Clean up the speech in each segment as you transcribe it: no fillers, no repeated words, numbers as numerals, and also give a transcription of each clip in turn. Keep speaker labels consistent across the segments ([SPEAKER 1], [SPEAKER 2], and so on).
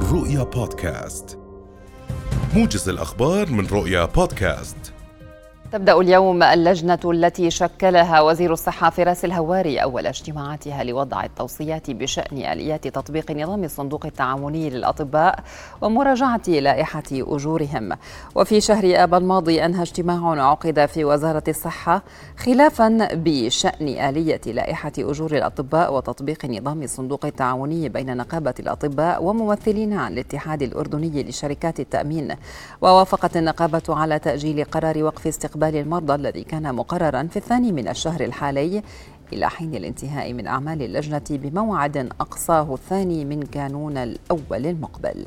[SPEAKER 1] رؤيا بودكاست، موجز الأخبار من رؤيا بودكاست.
[SPEAKER 2] تبدأ اليوم اللجنة التي شكلها وزير الصحة فراس الهواري أول اجتماعاتها لوضع التوصيات بشأن آليات تطبيق نظام الصندوق التعاوني للأطباء ومراجعة لائحة أجورهم. وفي شهر آب الماضي أنهى اجتماع عقد في وزارة الصحة خلافا بشأن آلية لائحة أجور الأطباء وتطبيق نظام الصندوق التعاوني بين نقابة الأطباء وممثلين عن الاتحاد الأردني لشركات التأمين. ووافقت النقابة على تأجيل قرار وقف استقبال المرضى الذي كان مقررا في 2 من الشهر الحالي إلى حين الانتهاء من أعمال اللجنة بموعد أقصاه 2 من كانون الأول المقبل.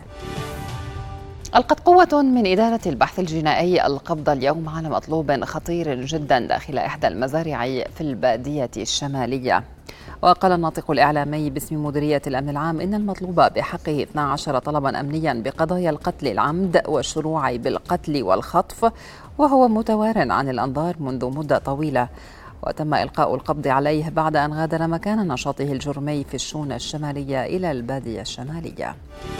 [SPEAKER 2] ألقت قوة من إدارة البحث الجنائي القبض اليوم على مطلوب خطير جدا داخل إحدى المزارع في البادية الشمالية. وقال الناطق الإعلامي باسم مديرية الأمن العام إن المطلوب بحقه 12 طلبا أمنيا بقضايا القتل العمد والشروع بالقتل والخطف، وهو متوار عن الأنظار منذ مدة طويلة. وتم إلقاء القبض عليه بعد أن غادر مكان نشاطه الجرمي في الشون الشمالية إلى البادية الشمالية.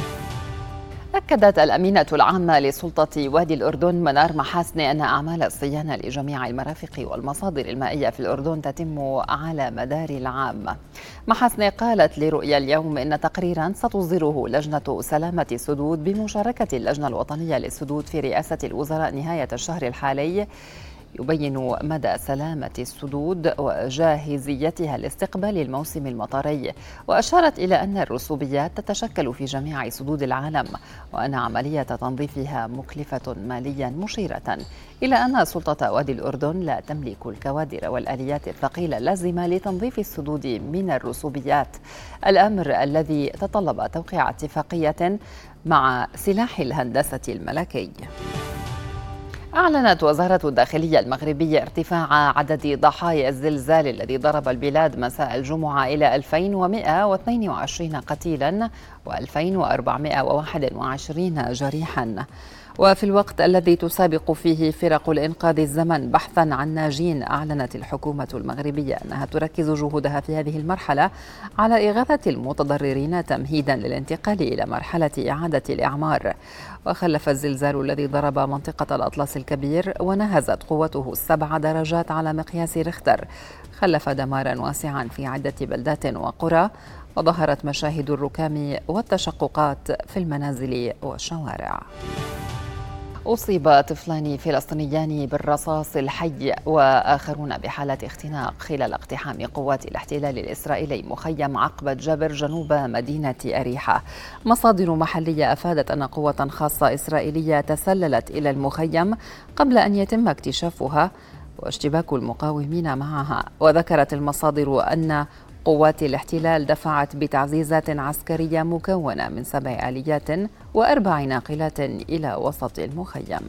[SPEAKER 2] أكدت الأمينة العامة لسلطة وادي الأردن منار محاسني أن أعمال الصيانة لجميع المرافق والمصادر المائية في الأردن تتم على مدار العام. محاسني قالت لرؤيا اليوم إن تقريرا ستصدره لجنة سلامة السدود بمشاركة اللجنة الوطنية للسدود في رئاسة الوزراء نهاية الشهر الحالي يبين مدى سلامة السدود وجاهزيتها لاستقبال الموسم المطري. وأشارت إلى أن الرسوبيات تتشكل في جميع سدود العالم وأن عملية تنظيفها مكلفة ماليا، مشيرة إلى أن سلطة وادي الأردن لا تملك الكوادر والآليات الثقيلة اللازمة لتنظيف السدود من الرسوبيات، الأمر الذي تطلب توقيع اتفاقية مع سلاح الهندسة الملكي. أعلنت وزارة الداخلية المغربية ارتفاع عدد ضحايا الزلزال الذي ضرب البلاد مساء الجمعة إلى 2122 قتيلا و2421 جريحا. وفي الوقت الذي تسابق فيه فرق الإنقاذ الزمن بحثا عن ناجين، أعلنت الحكومة المغربية أنها تركز جهودها في هذه المرحلة على إغاثة المتضررين تمهيدا للانتقال إلى مرحلة إعادة الإعمار. وخلف الزلزال الذي ضرب منطقة الأطلس الكبير ونهزت قوته 7 درجات على مقياس ريختر خلف دمارا واسعا في عدة بلدات وقرى، وظهرت مشاهد الركام والتشققات في المنازل والشوارع. أصيب طفلان فلسطينيان بالرصاص الحي وآخرون بحالة اختناق خلال اقتحام قوات الاحتلال الإسرائيلي مخيم عقبة جابر جنوب مدينة أريحة. مصادر محلية أفادت أن قوة خاصة إسرائيلية تسللت إلى المخيم قبل أن يتم اكتشافها واشتباك المقاومين معها. وذكرت المصادر أن قوات الاحتلال دفعت بتعزيزات عسكرية مكونة من 7 آليات و4 ناقلات إلى وسط المخيم.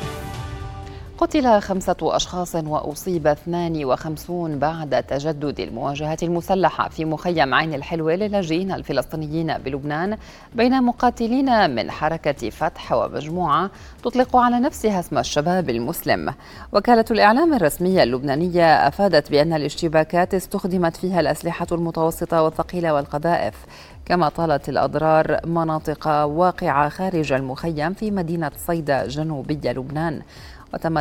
[SPEAKER 2] قتل 5 أشخاص وأصيب 52 بعد تجدد المواجهات المسلحة في مخيم عين الحلوة للاجئين الفلسطينيين بلبنان بين مقاتلين من حركة فتح ومجموعة تطلق على نفسها اسم الشباب المسلم. وكالة الإعلام الرسمية اللبنانية أفادت بأن الاشتباكات استخدمت فيها الأسلحة المتوسطة والثقيلة والقذائف، كما طالت الأضرار مناطق واقعة خارج المخيم في مدينة صيدا جنوبي لبنان. وتم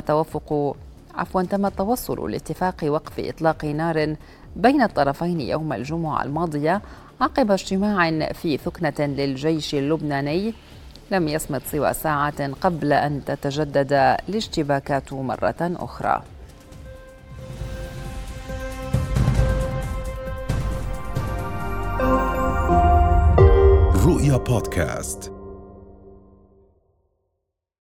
[SPEAKER 2] التوصل لاتفاق وقف إطلاق نار بين الطرفين يوم الجمعة الماضية عقب اجتماع في ثكنة للجيش اللبناني لم يصمت سوى ساعات قبل أن تتجدد الاشتباكات مرة أخرى.
[SPEAKER 1] رؤيا بودكاست.